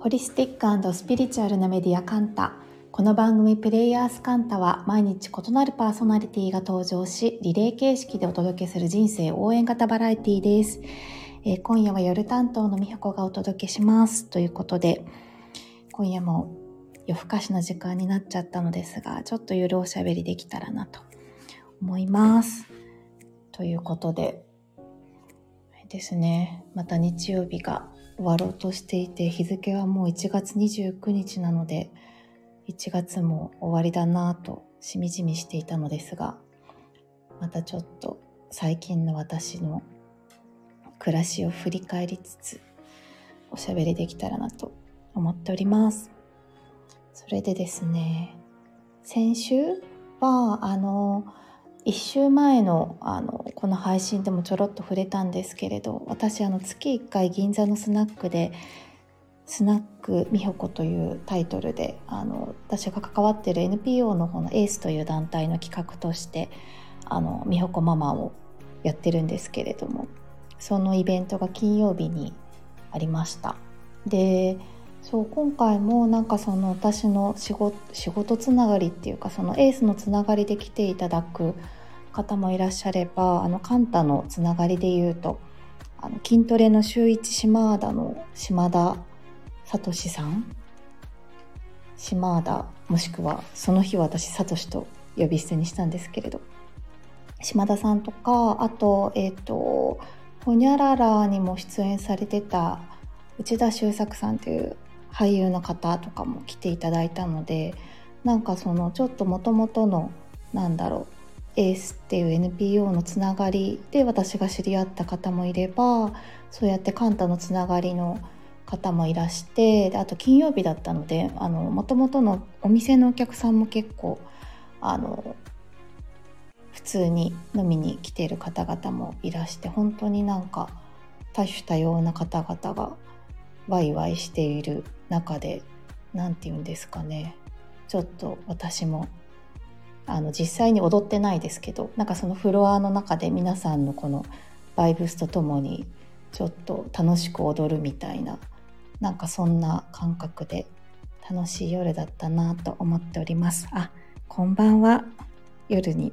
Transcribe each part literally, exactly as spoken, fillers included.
ホリスティック&スピリチュアルなメディアカンタ。この番組プレイヤースカンタは毎日異なるパーソナリティが登場し、リレー形式でお届けする人生応援型バラエティです。えー、今夜は夜担当の美穂子がお届けしますということで、今夜も夜更かしの時間になっちゃったのですが、ちょっと夜おしゃべりできたらなと思います。ということでですね、また日曜日が終わろうとしていて、日付はもういちがつにじゅうくにちなので、いちがつも終わりだなぁとしみじみしていたのですが、またちょっと最近の私の暮らしを振り返りつつおしゃべりできたらなと思っております。それでですね、先週はあのいっしゅうまえの、あのこの配信でもちょろっと触れたんですけれど、私あの月いっかい銀座のスナックでスナック美穂子というタイトルで、あの私が関わっている エヌピーオー の方のエースという団体の企画としてあの美穂子ママをやってるんですけれども、そのイベントが金曜日にありました。でそう今回もなんかその私の仕事、仕事つながりっていうか、そのエースのつながりで来ていただく方もいらっしゃれば、あのカンタのつながりで言うと、あの筋トレの週一島田の島田聡さん、島田、もしくはその日は私サトシと呼び捨てにしたんですけれど、島田さんとか、あとえっ、ー、とホニャララにも出演されてた内田修作さんという俳優の方とかも来ていただいたので、なんかそのちょっと元々のなんだろうエースっていう エヌピーオー のつながりで私が知り合った方もいれば、そうやってカンタのつながりの方もいらして、であと金曜日だったので、あの元々のお店のお客さんも結構あの普通に飲みに来ている方々もいらして、本当になんか多種多様な方々がワイワイしている中で、なんていうんですかね、ちょっと私もあの実際に踊ってないですけど、なんかそのフロアの中で皆さんのこのバイブスとともにちょっと楽しく踊るみたいな、なんかそんな感覚で楽しい夜だったなと思っております。あ、こんばんは。夜に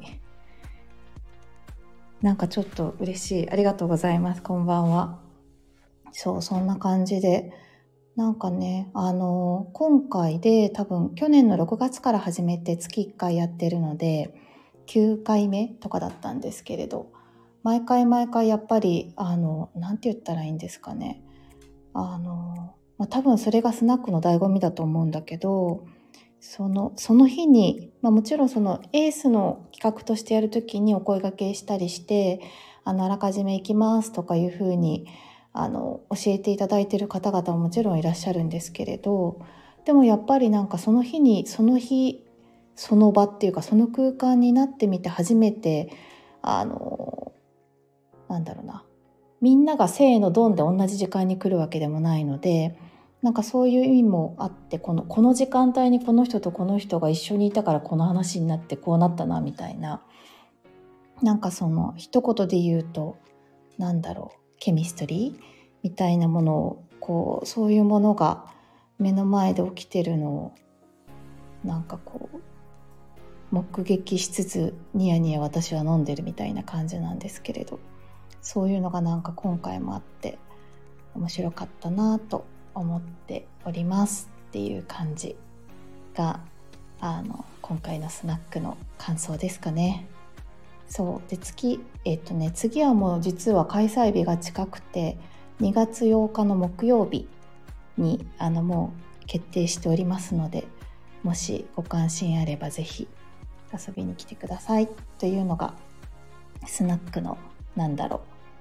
なんかちょっと嬉しい、ありがとうございます。こんばんは。そう、そんな感じで、なんかね、あの今回で多分去年のろくがつから始めて月いっかいやってるのできゅうかいめとかだったんですけれど、毎回毎回やっぱりあのなんて言ったらいいんですかね、あの、まあ、多分それがスナックの醍醐味だと思うんだけど、そのその日に、まあ、もちろんそのエースの企画としてやるときにお声掛けしたりして、あのあらかじめ行きますとかいうふうにあの教えていただいている方々ももちろんいらっしゃるんですけれど、でもやっぱりなんかその日にその日その場っていうか、その空間になってみて初めて、あのなんだろうな、みんながせーのドンで同じ時間に来るわけでもないので、なんかそういう意味もあって、この、この時間帯にこの人とこの人が一緒にいたからこの話になってこうなったなみたいな、なんかその一言で言うとなんだろう、ケミストリーみたいなものをこう、そういうものが目の前で起きてるのをなんかこう目撃しつつニヤニヤ私は飲んでるみたいな感じなんですけれど、そういうのがなんか今回もあって面白かったなと思っておりますっていう感じがあの今回のスナックの感想ですかね。そうで月えっとね次はもう実は開催日が近くてにがつようかの木曜日にあのもう決定しておりますので、もしご関心あればぜひ遊びに来てくださいというのがスナックのなんだろう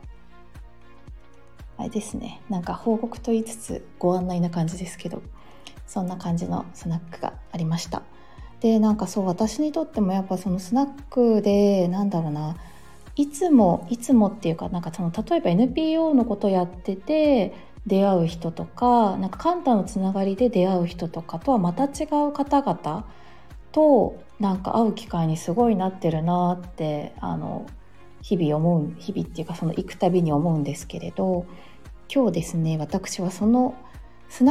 あれですね、なんか報告と言いつつご案内な感じですけど、そんな感じのスナックがありました。でなんかそう、私にとってもやっぱそのスナックでなんだろうな、いつもいつもっていうか、なんかその例えば エヌピーオー のことやってて出会う人とか、なんかカンタのつながりで出会う人とかとはまた違う方々となんか会う機会にすごいなってるなって、あの日々思う、日々っていうかその行くたびに思うんですけれど、今日ですね、私はそのスナッ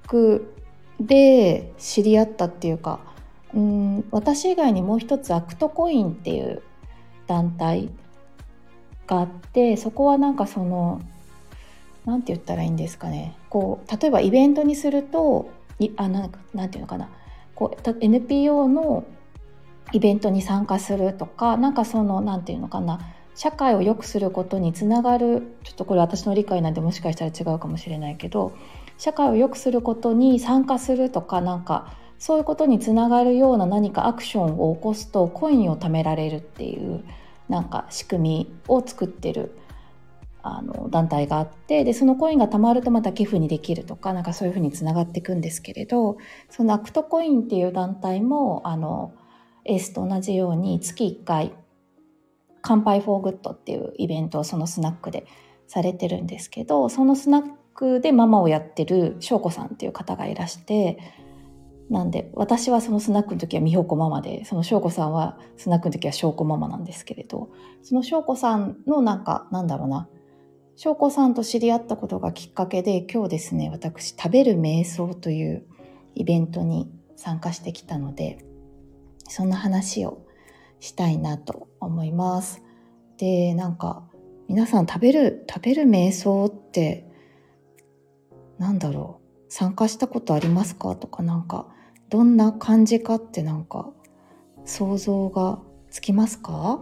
クで知り合ったっていうか、うん、私以外にもう一つアクトコインっていう団体があって、そこはなんかそのなんて言ったらいいんですかね、こう例えばイベントにするといあなんかなんていうのかな、こう エヌピーオー のイベントに参加するとか、なんかそのなんていうのかな、社会を良くすることにつながる、ちょっとこれ私の理解なんでもしかしたら違うかもしれないけど、社会を良くすることに参加するとか、なんかそういうことにつながるような何かアクションを起こすとコインを貯められるっていうなんか仕組みを作ってるあの団体があって、でそのコインが貯まるとまた寄付にできるとか、なんかそういうふうにつながっていくんですけれど、そのアクトコインっていう団体もあのエースと同じように月いっかい乾杯フォーグッドっていうイベントをそのスナックでされてるんですけど、そのスナックでママをやってる翔子さんっていう方がいらして、なんで私はそのスナックの時は美穂子ママで、その翔子さんはスナックの時は翔子ママなんですけれど、その翔子さんのなんかなんだろうな、翔子さんと知り合ったことがきっかけで、今日ですね、私食べる瞑想というイベントに参加してきたので、そんな話をしたいなと思います。で、なんか皆さん食べる食べる瞑想ってなんだろう、参加したことありますかとか、なんかどんな感じかってなんか想像がつきますか？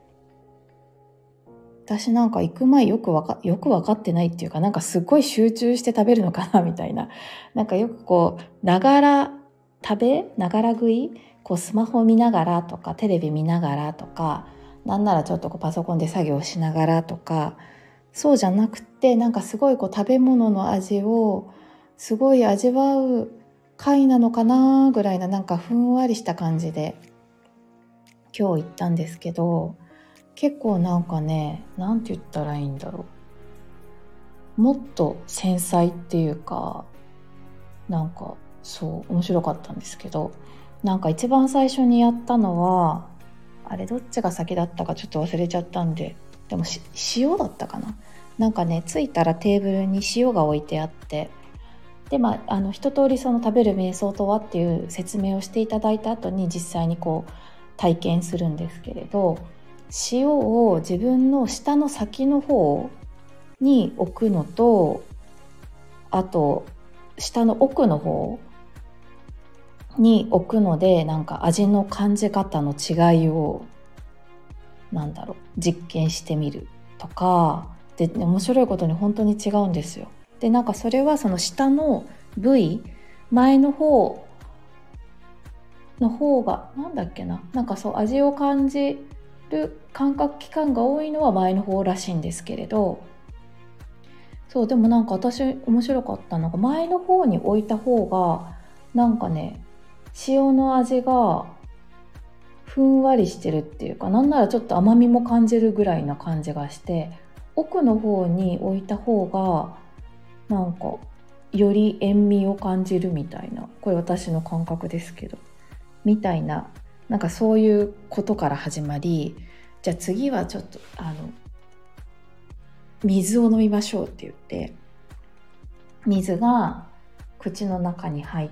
私なんか行く前よくわかよく分かってないっていうか、なんかすごい集中して食べるのかなみたいな、なんかよくこうながら食べながら食い、こうスマホ見ながらとかテレビ見ながらとか、なんならちょっとこうパソコンで作業しながらとか、そうじゃなくて、なんかすごいこう食べ物の味をすごい味わう会なのかなぐらいな、なんかふんわりした感じで今日行ったんですけど、結構なんかね、なんて言ったらいいんだろう、もっと繊細っていうか、なんかそう面白かったんですけど、なんか一番最初にやったのは、あれどっちが先だったかちょっと忘れちゃったんで、でもし塩だったかな。なんかね、着いたらテーブルに塩が置いてあって、でまあ、あの一通りその食べる瞑想とはっていう説明をしていただいた後に実際にこう体験するんですけれど、塩を自分の舌の先の方に置くのと、あと舌の奥の方に置くので、なんか味の感じ方の違いをなんだろう実験してみるとかで、面白いことに本当に違うんですよ。でなんかそれはその下の部位、前の方の方がなんだっけな、なんかそう味を感じる感覚器官が多いのは前の方らしいんですけれど、そうでもなんか私面白かったのが、前の方に置いた方がなんかね、塩の味がふんわりしてるっていうか、なんならちょっと甘みも感じるぐらいな感じがして、奥の方に置いた方がなんかより塩味を感じるみたいな、これ私の感覚ですけど、みたいな、なんかそういうことから始まり、じゃあ次はちょっとあの水を飲みましょうって言って、水が口の中に入って、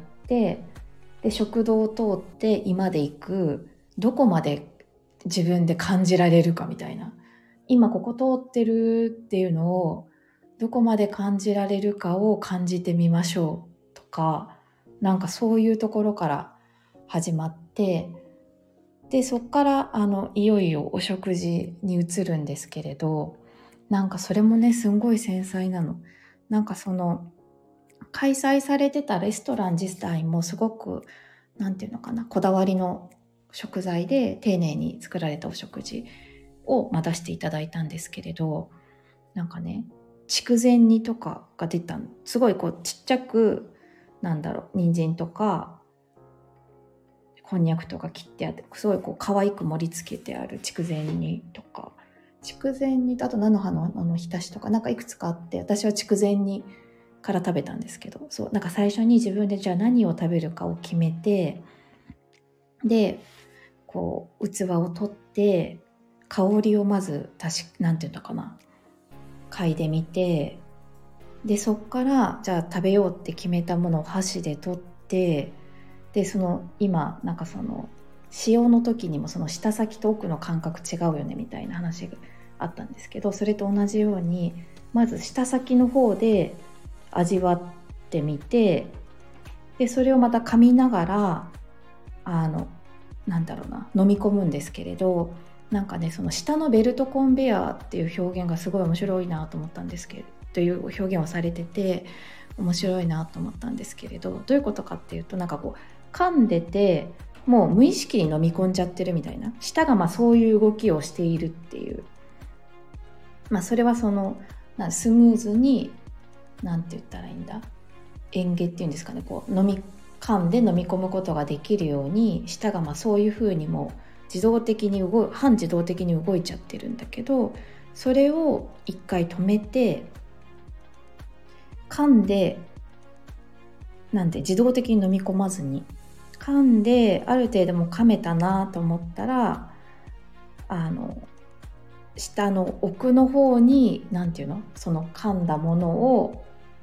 で食道を通って胃まで行く、どこまで自分で感じられるかみたいな、今ここ通ってるっていうのをどこまで感じられるかを感じてみましょうとか、なんかそういうところから始まって、でそっからあのいよいよお食事に移るんですけれど、なんかそれもねすんごい繊細なの。なんかその開催されてたレストラン自体もすごくなんていうのかな、こだわりの食材で丁寧に作られたお食事を、まあ、出していただいたんですけれど、なんかね筑前煮とかが出たの。すごいこうちっちゃく、なんだろう、人参とかこんにゃくとか切ってあって、すごいこう可愛く盛り付けてある筑前煮とか、筑前煮とあと菜の花のあの浸しとか、なんかいくつかあって、私は筑前煮から食べたんですけど、そうなんか最初に自分でじゃあ何を食べるかを決めて、でこう器を取って香りをまず確かなんていうのかな、嗅いでみて、 でそっからじゃあ食べようって決めたものを箸で取って、でその今なんかその使用の時にもその舌先と奥の感覚違うよねみたいな話があったんですけど、それと同じようにまず舌先の方で味わってみて、でそれをまた噛みながらあのなんだろうな飲み込むんですけれど、なんかねその下のベルトコンベアっていう表現がすごい面白いなと思ったんですけれど、という表現をされてて面白いなと思ったんですけれど、どういうことかっていうと、なんかこう噛んでてもう無意識に飲み込んじゃってるみたいな、舌がまあそういう動きをしているっていう、まあそれはそのなスムーズになんて言ったらいいんだ、嚥下っていうんですかね、こう飲み噛んで飲み込むことができるように舌がまあそういう風にも自動的に動い半自動的に動いちゃってるんだけど、それを一回止めて噛んで、なんで自動的に飲み込まずに噛んである程度も噛めたなと思ったら、あの下の奥の方になんていうの、その噛んだものを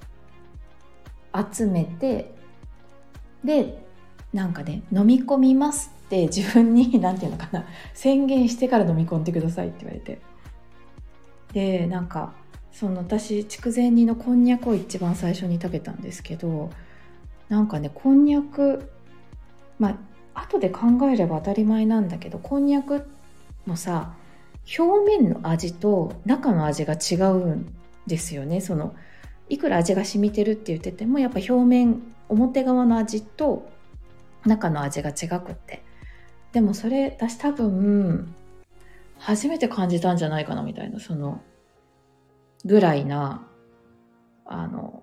集めて、でなんかね飲み込みますって自分になんていうのかな宣言してから飲み込んでくださいって言われて、でなんかその私筑前煮のこんにゃくを一番最初に食べたんですけど、なんかねこんにゃく、まあ後で考えれば当たり前なんだけど、こんにゃくのさ表面の味と中の味が違うんですよね。そのいくら味が染みてるって言っててもやっぱ表面表側の味と中の味が違くって、でもそれ私多分初めて感じたんじゃないかなみたいな、そのぐらいなあの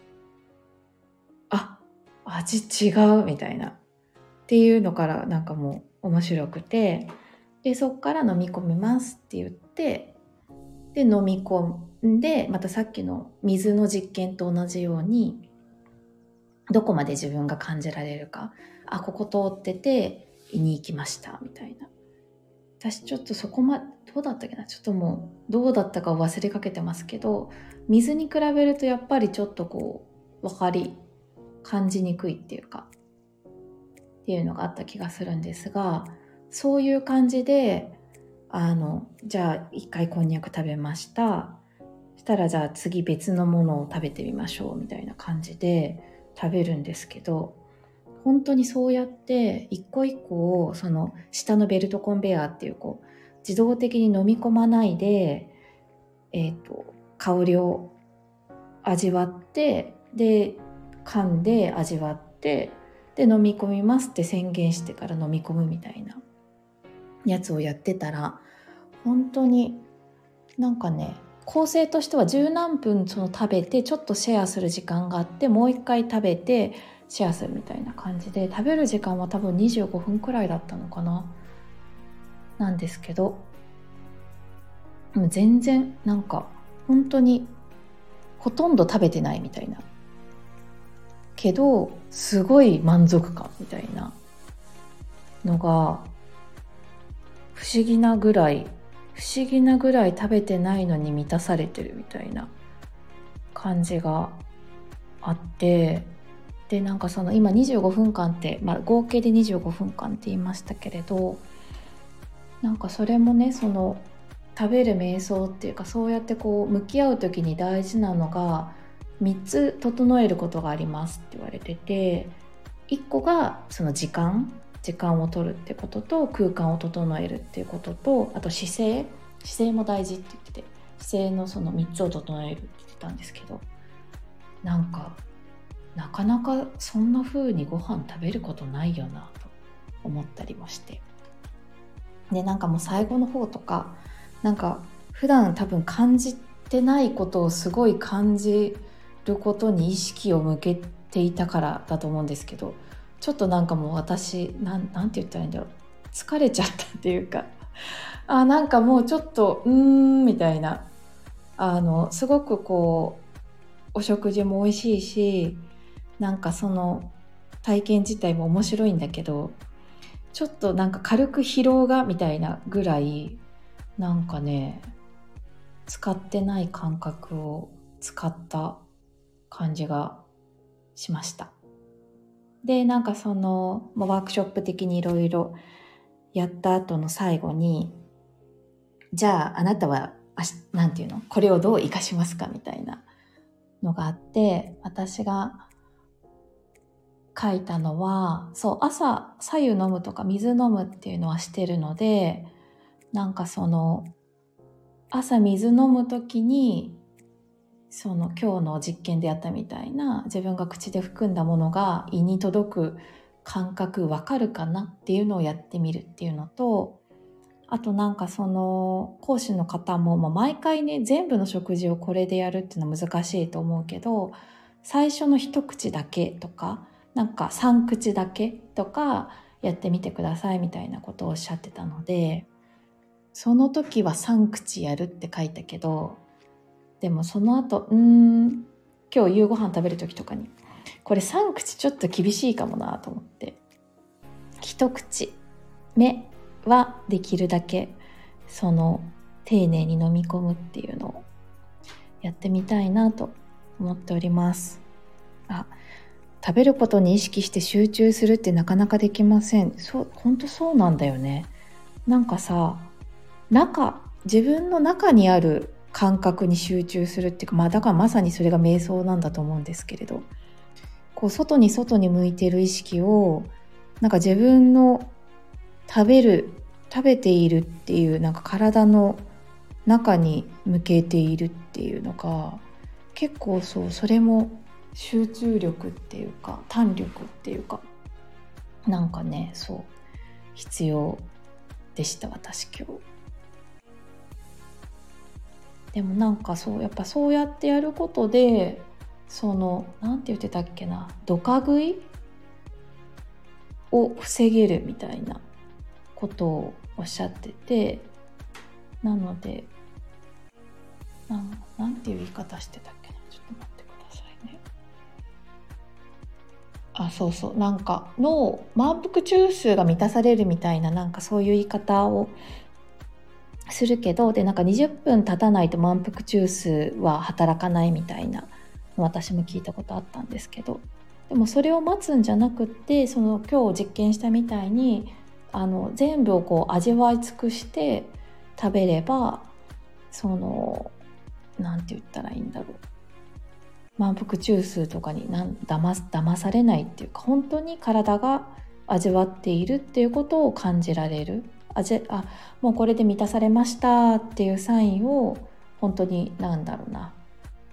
あ味違うみたいなっていうのからなんかもう面白くて、でそっから飲み込みますって言って、で飲み込んでまたさっきの水の実験と同じようにどこまで自分が感じられるか、あここ通ってて胃に行きましたみたいな。私ちょっとそこまどうだったっけな、ちょっともうどうだったかを忘れかけてますけど、水に比べるとやっぱりちょっとこう分かり感じにくいっていうかっていうのがあった気がするんですが、そういう感じであのじゃあ一回こんにゃく食べました、したらじゃあ次別のものを食べてみましょうみたいな感じで食べるんですけど、本当にそうやって一個一個をその下のベルトコンベヤーっていうこう自動的に飲み込まないで、えーと、香りを味わって、で噛んで味わって、で飲み込みますって宣言してから飲み込むみたいなやつをやってたら、本当になんかね構成としては十何分その食べてちょっとシェアする時間があって、もう一回食べてシェアするみたいな感じで、食べる時間は多分にじゅうごふんくらいだったのかななんですけど、もう全然なんか本当にほとんど食べてないみたいなけどすごい満足感みたいなのが不思議なぐらい不思議なぐらい食べてないのに満たされてるみたいな感じがあって、でなんかその今にじゅうごふんかんって、まあ、合計でにじゅうごふんかんって言いましたけれど、なんかそれもねその食べる瞑想っていうか、そうやってこう向き合う時に大事なのがみっつ整えることがありますって言われてて、いっこがその時間時間を取るってことと空間を整えるっていうことと、あと姿勢姿勢も大事って言ってて、姿勢のそのみっつを整えるって言ってたんですけど、なんかなかなかそんな風にご飯食べることないよなと思ったりもして、でなんかもう最後の方とかなんか普段多分感じてないことをすごい感じることに意識を向けていたからだと思うんですけど、ちょっとなんかもう私なん、なんて言ったらいいんだろう、疲れちゃったっていうか、あなんかもうちょっとうーんみたいな、あのすごくこうお食事も美味しいし、なんかその体験自体も面白いんだけど、ちょっとなんか軽く疲労がみたいなぐらい、なんかね使ってない感覚を使った感じがしました。でなんかそのワークショップ的にいろいろやった後の最後に、じゃああなたはなんていうの、これをどう生かしますかみたいなのがあって、私が書いたのは、そう朝白湯飲むとか水飲むっていうのはしてるので、なんかその朝水飲むときにその今日の実験でやったみたいな、自分が口で含んだものが胃に届く感覚わかるかなっていうのをやってみるっていうのと、あとなんかその講師の方も、まあ、毎回ね全部の食事をこれでやるっていうのは難しいと思うけど、最初の一口だけとかなんか三口だけとかやってみてくださいみたいなことをおっしゃってたので、その時は三口やるって書いたけど、でもその後うーん今日夕ご飯食べる時とかにこれさん口ちょっと厳しいかもなと思って、一口目はできるだけその丁寧に飲み込むっていうのをやってみたいなと思っております。あ、食べることに意識して集中するってなかなかできません。そう、本当そうなんだよね。なんかさ、中自分の中にある感覚に集中するっていうか、まあだからまさにそれが瞑想なんだと思うんですけれど、こう外に外に向いている意識をなんか自分の食べる食べているっていうなんか体の中に向けているっていうのが結構そう、それも集中力っていうか胆力っていうかなんかね、そう必要でした私今日。でもなんかそうやっぱそうやってやることで、そのなんて言ってたっけな、ドカ食いを防げるみたいなことをおっしゃってて、なのでな ん, なんていう言い方してたっけな、ちょっと待ってくださいね。あ、そうそう、なんか脳満腹中枢が満たされるみたいな、なんかそういう言い方をするけど、でなんかにじゅっぷん経たないと満腹中枢は働かないみたいな私も聞いたことあったんですけど、でもそれを待つんじゃなくって、その今日実験したみたいにあの全部をこう味わい尽くして食べれば、そのなんて言ったらいいんだろう、満腹中枢とかになんだま騙されないっていうか、本当に体が味わっているっていうことを感じられる、あじあもうこれで満たされましたっていうサインを本当になんだろうな、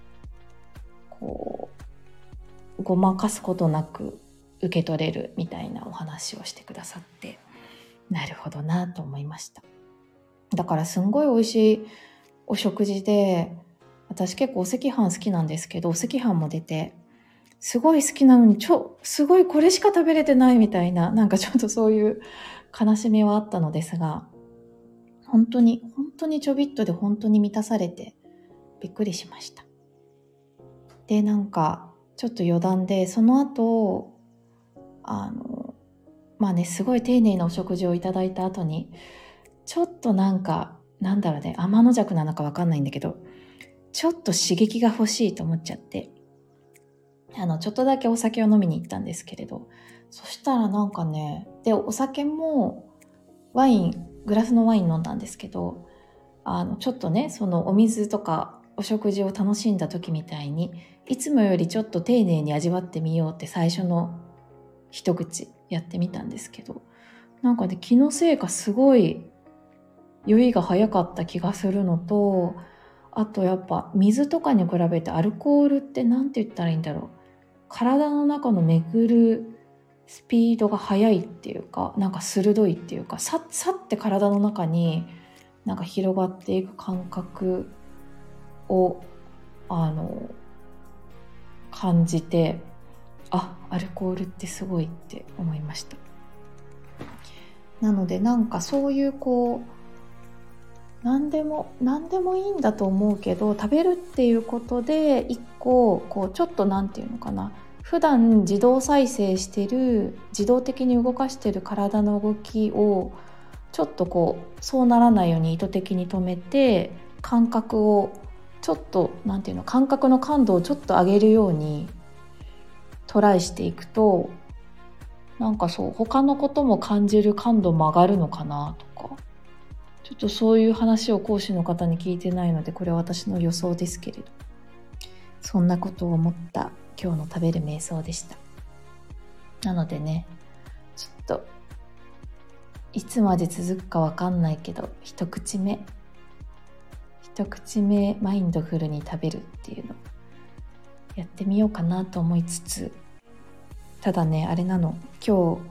こうごまかすことなく受け取れるみたいなお話をしてくださって、なるほどなと思いました。だからすんごい美味しいお食事で、私結構お赤飯好きなんですけど、お赤飯も出てすごい好きなのにちょすごいこれしか食べれてないみたいな、なんかちょっとそういう悲しみはあったのですが、本当に本当にちょびっとで本当に満たされてびっくりしました。でなんかちょっと余談で、その後あのまあねすごい丁寧なお食事をいただいた後にちょっとなんかなんだろうね、天の弱なのか分かんないんだけど、ちょっと刺激が欲しいと思っちゃって、あのちょっとだけお酒を飲みに行ったんですけれど、そしたらなんかね、でお酒もワイングラスのワイン飲んだんですけど、あのちょっとねそのお水とかお食事を楽しんだ時みたいにいつもよりちょっと丁寧に味わってみようって最初の一口やってみたんですけど、なんかね気のせいかすごい酔いが早かった気がするのと、あとやっぱ水とかに比べてアルコールってなんて言ったらいいんだろう、体の中の巡るスピードが速いっていうか、なんか鋭いっていうか、さっさって体の中になんか広がっていく感覚をあの感じて、あ、アルコールってすごいって思いました。なのでなんかそういうこう何でも何でもいいんだと思うけど、食べるっていうことで一個こうちょっとなんていうのかな、普段自動再生してる自動的に動かしてる体の動きをちょっとこうそうならないように意図的に止めて、感覚をちょっとなんていうの、感覚の感度をちょっと上げるようにトライしていくと、なんかそう他のことも感じる感度も上がるのかなとか、ちょっとそういう話を講師の方に聞いてないので、これは私の予想ですけれど、そんなことを思った今日の食べる瞑想でした。なのでね、ちょっといつまで続くかわかんないけど、一口目一口目マインドフルに食べるっていうのやってみようかなと思いつつ、ただね、あれなの、今日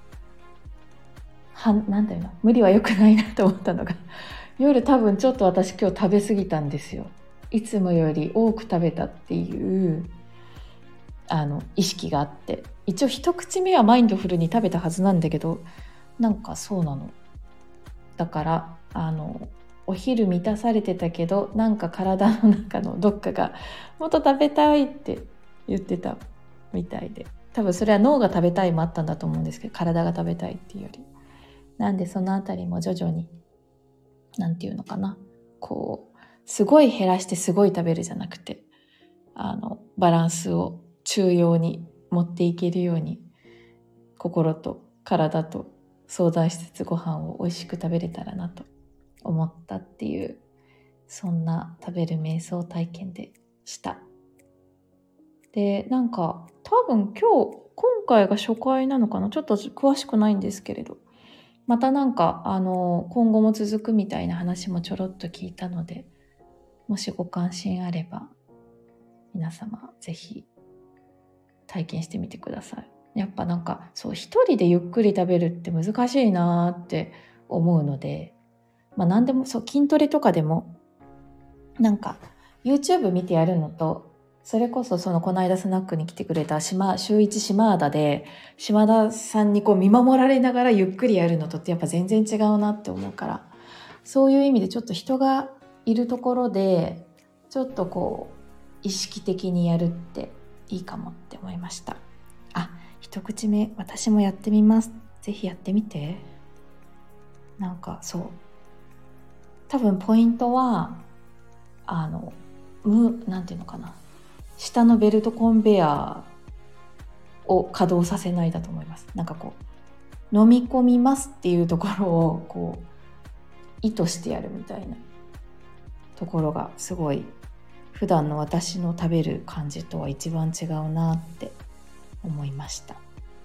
はなんだよな、無理は良くないなと思ったのが、夜多分ちょっと私今日食べ過ぎたんですよ。いつもより多く食べたっていうあの意識があって、一応一口目はマインドフルに食べたはずなんだけど、なんかそうなの。だからあのお昼満たされてたけど、なんか体の中のどっかがもっと食べたいって言ってたみたいで、多分それは脳が食べたいもあったんだと思うんですけど、体が食べたいっていうより、なんでそのあたりも徐々に、なんていうのかな、こうすごい減らしてすごい食べるじゃなくて、あのバランスを中庸に持っていけるように、心と体と相談しつつご飯を美味しく食べれたらなと思ったっていう、そんな食べる瞑想体験でした。で、なんか多分今日今回が初回なのかな、ちょっと詳しくないんですけれど、またなんかあの今後も続くみたいな話もちょろっと聞いたので、もしご関心あれば皆様ぜひ体験してみてください。やっぱなんかそう一人でゆっくり食べるって難しいなって思うので、まあ何でもそう、筋トレとかでもなんか YouTube 見てやるのと、それこそそのこの間スナックに来てくれた島週一島田で島田さんにこう見守られながらゆっくりやるのとってやっぱ全然違うなって思うから、そういう意味でちょっと人がいるところでちょっとこう意識的にやるっていいかもって思いました。あ、一口目私もやってみます。ぜひやってみて。なんかそう、多分ポイントはあのむなんていうのかな、下のベルトコンベヤーを稼働させないだと思います。なんかこう飲み込みますっていうところをこう意図してやるみたいなところがすごい普段の私の食べる感じとは一番違うなって思いました。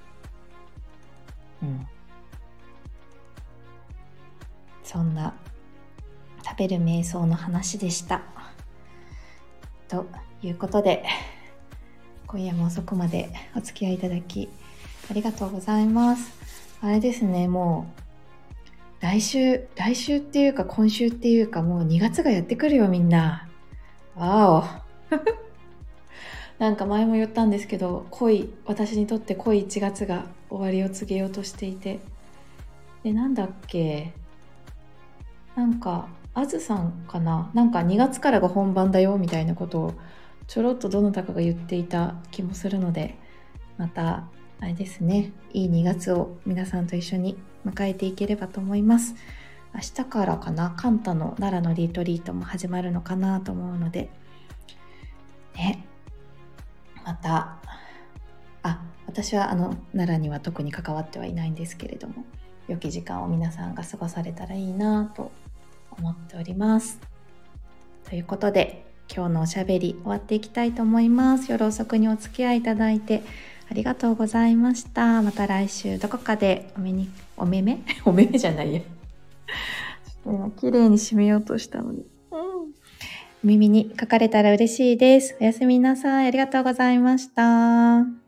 うん。そんな食べる瞑想の話でした。ということで、今夜も遅くまでお付き合いいただきありがとうございます。あれですね、もう来週、来週っていうか今週っていうかもうにがつがやってくるよみんな。わお。なんか前も言ったんですけど、濃い、私にとって濃いいちがつが終わりを告げようとしていて。で、なんだっけ、なんか、あずさんかな、なんかにがつからが本番だよみたいなことをちょろっとどなたかが言っていた気もするので、またあれですね、いいにがつを皆さんと一緒に迎えていければと思います。明日からかな、カンタの奈良のリトリートも始まるのかなと思うのでね、また、あ、私はあの奈良には特に関わってはいないんですけれども、良き時間を皆さんが過ごされたらいいなと思っております。ということで今日のおしゃべり終わっていきたいと思います。夜遅くにお付き合いいただいてありがとうございました。また来週どこかでお目にお目目お目目じゃないやちょっと今綺麗に締めようとしたのに、うん、耳に書かれたら嬉しいです。おやすみなさい。ありがとうございました。